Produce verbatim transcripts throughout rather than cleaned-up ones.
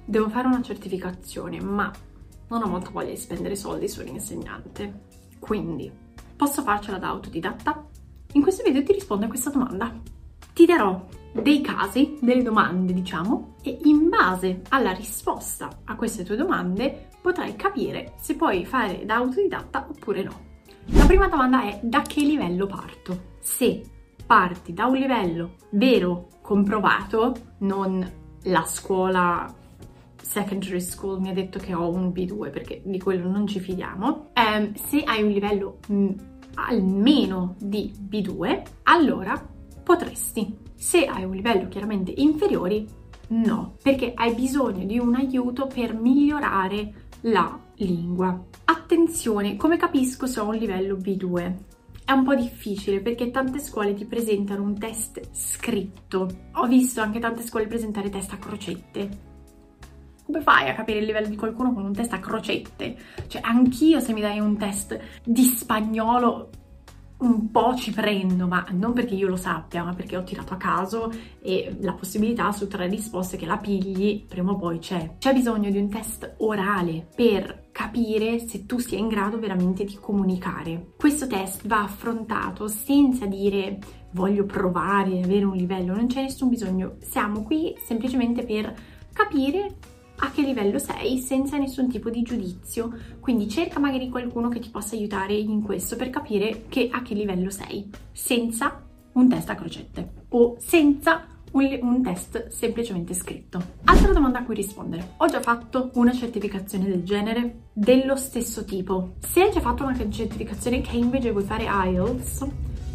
devo fare una certificazione, ma non ho molta voglia di spendere soldi su un insegnante, quindi posso farcela da autodidatta? In questo video ti rispondo a questa domanda. Ti darò dei casi, delle domande, diciamo, e in base alla risposta a queste tue domande potrai capire se puoi fare da autodidatta oppure no. La prima domanda è: da che livello parto? Se parti da un livello vero, comprovato, non la scuola secondary school mi ha detto che ho un B due, perché di quello non ci fidiamo, um, se hai un livello mh, almeno di B due, allora potresti. Se hai un livello chiaramente inferiore, no, perché hai bisogno di un aiuto per migliorare la lingua. Attenzione, come capisco se ho un livello B due? È un po' difficile perché tante scuole ti presentano un test scritto. Ho visto anche tante scuole presentare test a crocette. Come fai a capire il livello di qualcuno con un test a crocette? Cioè, anch'io se mi dai un test di spagnolo un po' ci prendo, ma non perché io lo sappia, ma perché ho tirato a caso e la possibilità su tre risposte che la pigli prima o poi c'è. C'è bisogno di un test orale per capire se tu sia in grado veramente di comunicare. Questo test va affrontato senza dire voglio provare ad avere un livello, non c'è nessun bisogno. Siamo qui semplicemente per capire a che livello sei senza nessun tipo di giudizio, quindi cerca magari qualcuno che ti possa aiutare in questo per capire che a che livello sei, senza un test a crocette o senza un, un test semplicemente scritto. Altra domanda a cui rispondere: ho già fatto una certificazione del genere, dello stesso tipo? Se hai già fatto una certificazione Cambridge e vuoi fare I E L T S,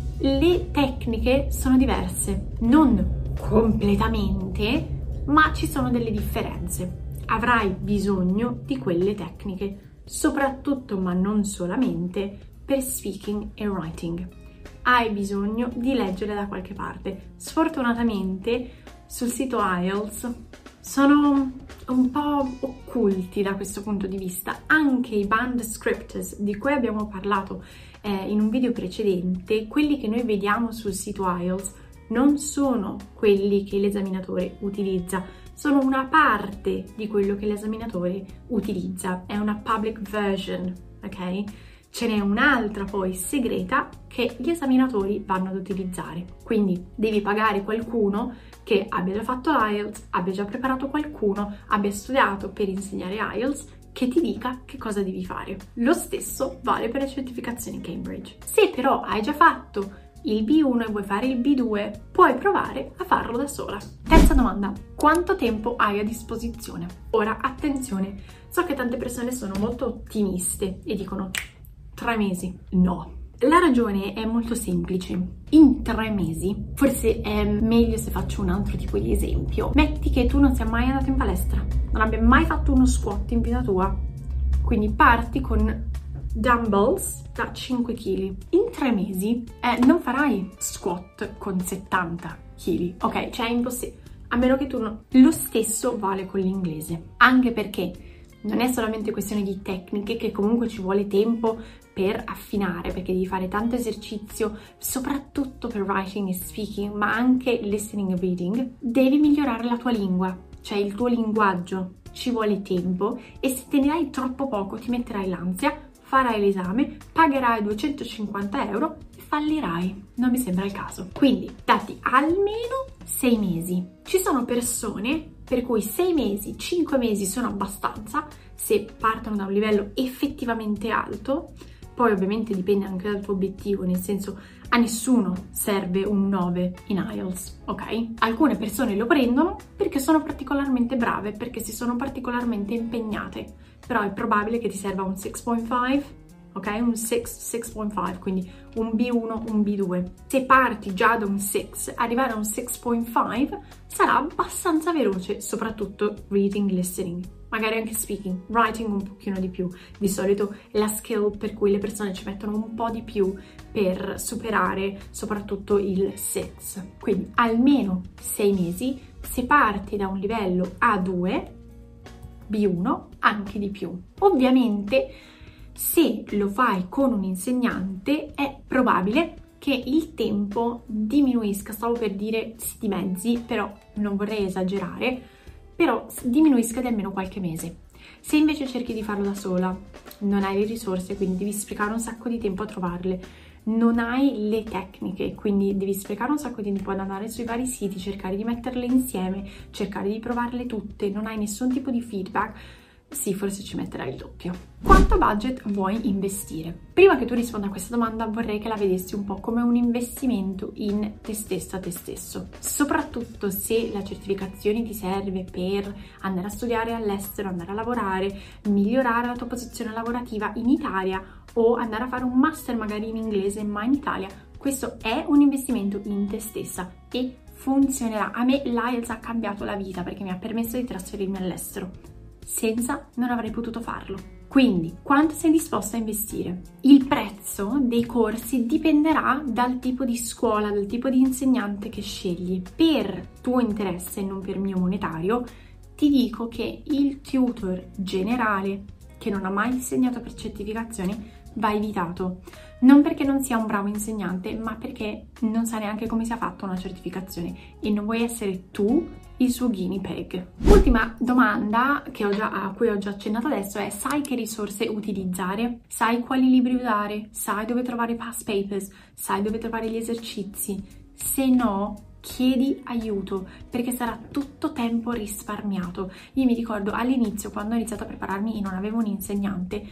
le tecniche sono diverse, non completamente, ma ci sono delle differenze. Avrai bisogno di quelle tecniche, soprattutto ma non solamente per speaking e writing. Hai bisogno di leggere da qualche parte. Sfortunatamente sul sito I E L T S sono un po' occulti da questo punto di vista. Anche i band descriptors di cui abbiamo parlato eh, in un video precedente, quelli che noi vediamo sul sito I E L T S non sono quelli che l'esaminatore utilizza. Sono una parte di quello che l'esaminatore utilizza, è una public version, ok? Ce n'è un'altra poi segreta che gli esaminatori vanno ad utilizzare. Quindi devi pagare qualcuno che abbia già fatto I E L T S, abbia già preparato qualcuno, abbia studiato per insegnare I E L T S, che ti dica che cosa devi fare. Lo stesso vale per le certificazioni Cambridge. Se però hai già fatto il B uno e vuoi fare il B due, puoi provare a farlo da sola. Terza domanda: quanto tempo hai a disposizione? Ora, attenzione, so che tante persone sono molto ottimiste e dicono tre mesi. No. La ragione è molto semplice. In tre mesi, forse è meglio se faccio un altro tipo di esempio. Metti che tu non sia mai andato in palestra, non abbia mai fatto uno squat in vita tua, quindi parti con dumbbells da cinque chili. In tre mesi eh, non farai squat con settanta chili, ok? Cioè è impossibile, a meno che tu non... Lo stesso vale con l'inglese, anche perché non è solamente questione di tecniche, che comunque ci vuole tempo per affinare, perché devi fare tanto esercizio, soprattutto per writing e speaking, ma anche listening e reading. Devi migliorare la tua lingua, cioè il tuo linguaggio, ci vuole tempo, e se te ne hai troppo poco ti metterai l'ansia, farai l'esame, pagherai duecentocinquanta euro e fallirai. Non mi sembra il caso. Quindi dati almeno sei mesi. Ci sono persone per cui sei mesi, cinque mesi sono abbastanza se partono da un livello effettivamente alto. Poi ovviamente dipende anche dal tuo obiettivo, nel senso a nessuno serve un nove in I E L T S, ok? Alcune persone lo prendono perché sono particolarmente brave, perché si sono particolarmente impegnate, però è probabile che ti serva un sei virgola cinque, ok? Un sei, sei virgola cinque, quindi un B uno, un B due. Se parti già da un sei, arrivare a un sei virgola cinque sarà abbastanza veloce, soprattutto reading, listening. Magari anche speaking, writing un pochino di più. Di solito è la skill per cui le persone ci mettono un po' di più per superare soprattutto il sei. Quindi almeno sei mesi. Se parti da un livello A due, B uno, anche di più. Ovviamente se lo fai con un insegnante è probabile che il tempo diminuisca, stavo per dire si dimezzi, però non vorrei esagerare, però diminuisca di almeno qualche mese. Se invece cerchi di farlo da sola, non hai le risorse, quindi devi sprecare un sacco di tempo a trovarle, non hai le tecniche, quindi devi sprecare un sacco di tempo ad andare sui vari siti, cercare di metterle insieme, cercare di provarle tutte, non hai nessun tipo di feedback, sì, forse ci metterai il doppio. Quanto budget vuoi investire? Prima che tu risponda a questa domanda vorrei che la vedessi un po' come un investimento in te stessa, te stesso. Soprattutto se la certificazione ti serve per andare a studiare all'estero, andare a lavorare, migliorare la tua posizione lavorativa in Italia o andare a fare un master magari in inglese ma in Italia. Questo è un investimento in te stessa e funzionerà. A me l'I E L T S ha cambiato la vita perché mi ha permesso di trasferirmi all'estero. Senza non avrei potuto farlo. Quindi, quanto sei disposta a investire? Il prezzo dei corsi dipenderà dal tipo di scuola, dal tipo di insegnante che scegli. Per tuo interesse e non per mio monetario, ti dico che il tutor generale che non ha mai insegnato per certificazioni va evitato. Non perché non sia un bravo insegnante, ma perché non sa neanche come sia fatta una certificazione e non vuoi essere tu il suo guinea pig. Ultima domanda che ho già, a cui ho già accennato adesso è: sai che risorse utilizzare? Sai quali libri usare? Sai dove trovare i past papers? Sai dove trovare gli esercizi? Se no, chiedi aiuto, perché sarà tutto tempo risparmiato. Io mi ricordo all'inizio, quando ho iniziato a prepararmi e non avevo un insegnante,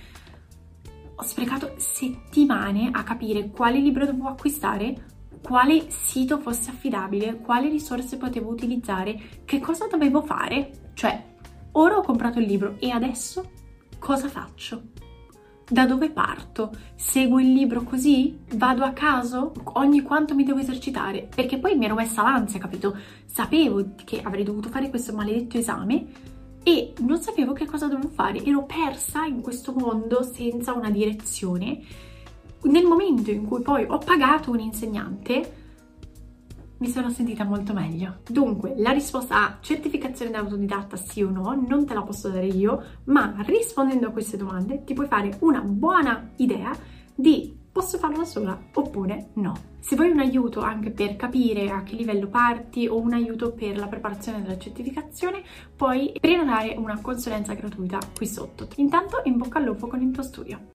ho sprecato settimane a capire quale libro dovevo acquistare, quale sito fosse affidabile, quali risorse potevo utilizzare, che cosa dovevo fare. Cioè, ora ho comprato il libro e adesso cosa faccio? Da dove parto? Seguo il libro così? Vado a caso? Ogni quanto mi devo esercitare? Perché poi mi ero messa l'ansia, capito? Sapevo che avrei dovuto fare questo maledetto esame e non sapevo che cosa dovevo fare, ero persa in questo mondo senza una direzione. Nel momento in cui poi ho pagato un insegnante mi sono sentita molto meglio. Dunque, la risposta a certificazione da autodidatta sì o no non te la posso dare io, ma rispondendo a queste domande ti puoi fare una buona idea di posso farlo da sola oppure no. Se vuoi un aiuto anche per capire a che livello parti o un aiuto per la preparazione della certificazione, puoi prenotare una consulenza gratuita qui sotto. Intanto in bocca al lupo con il tuo studio.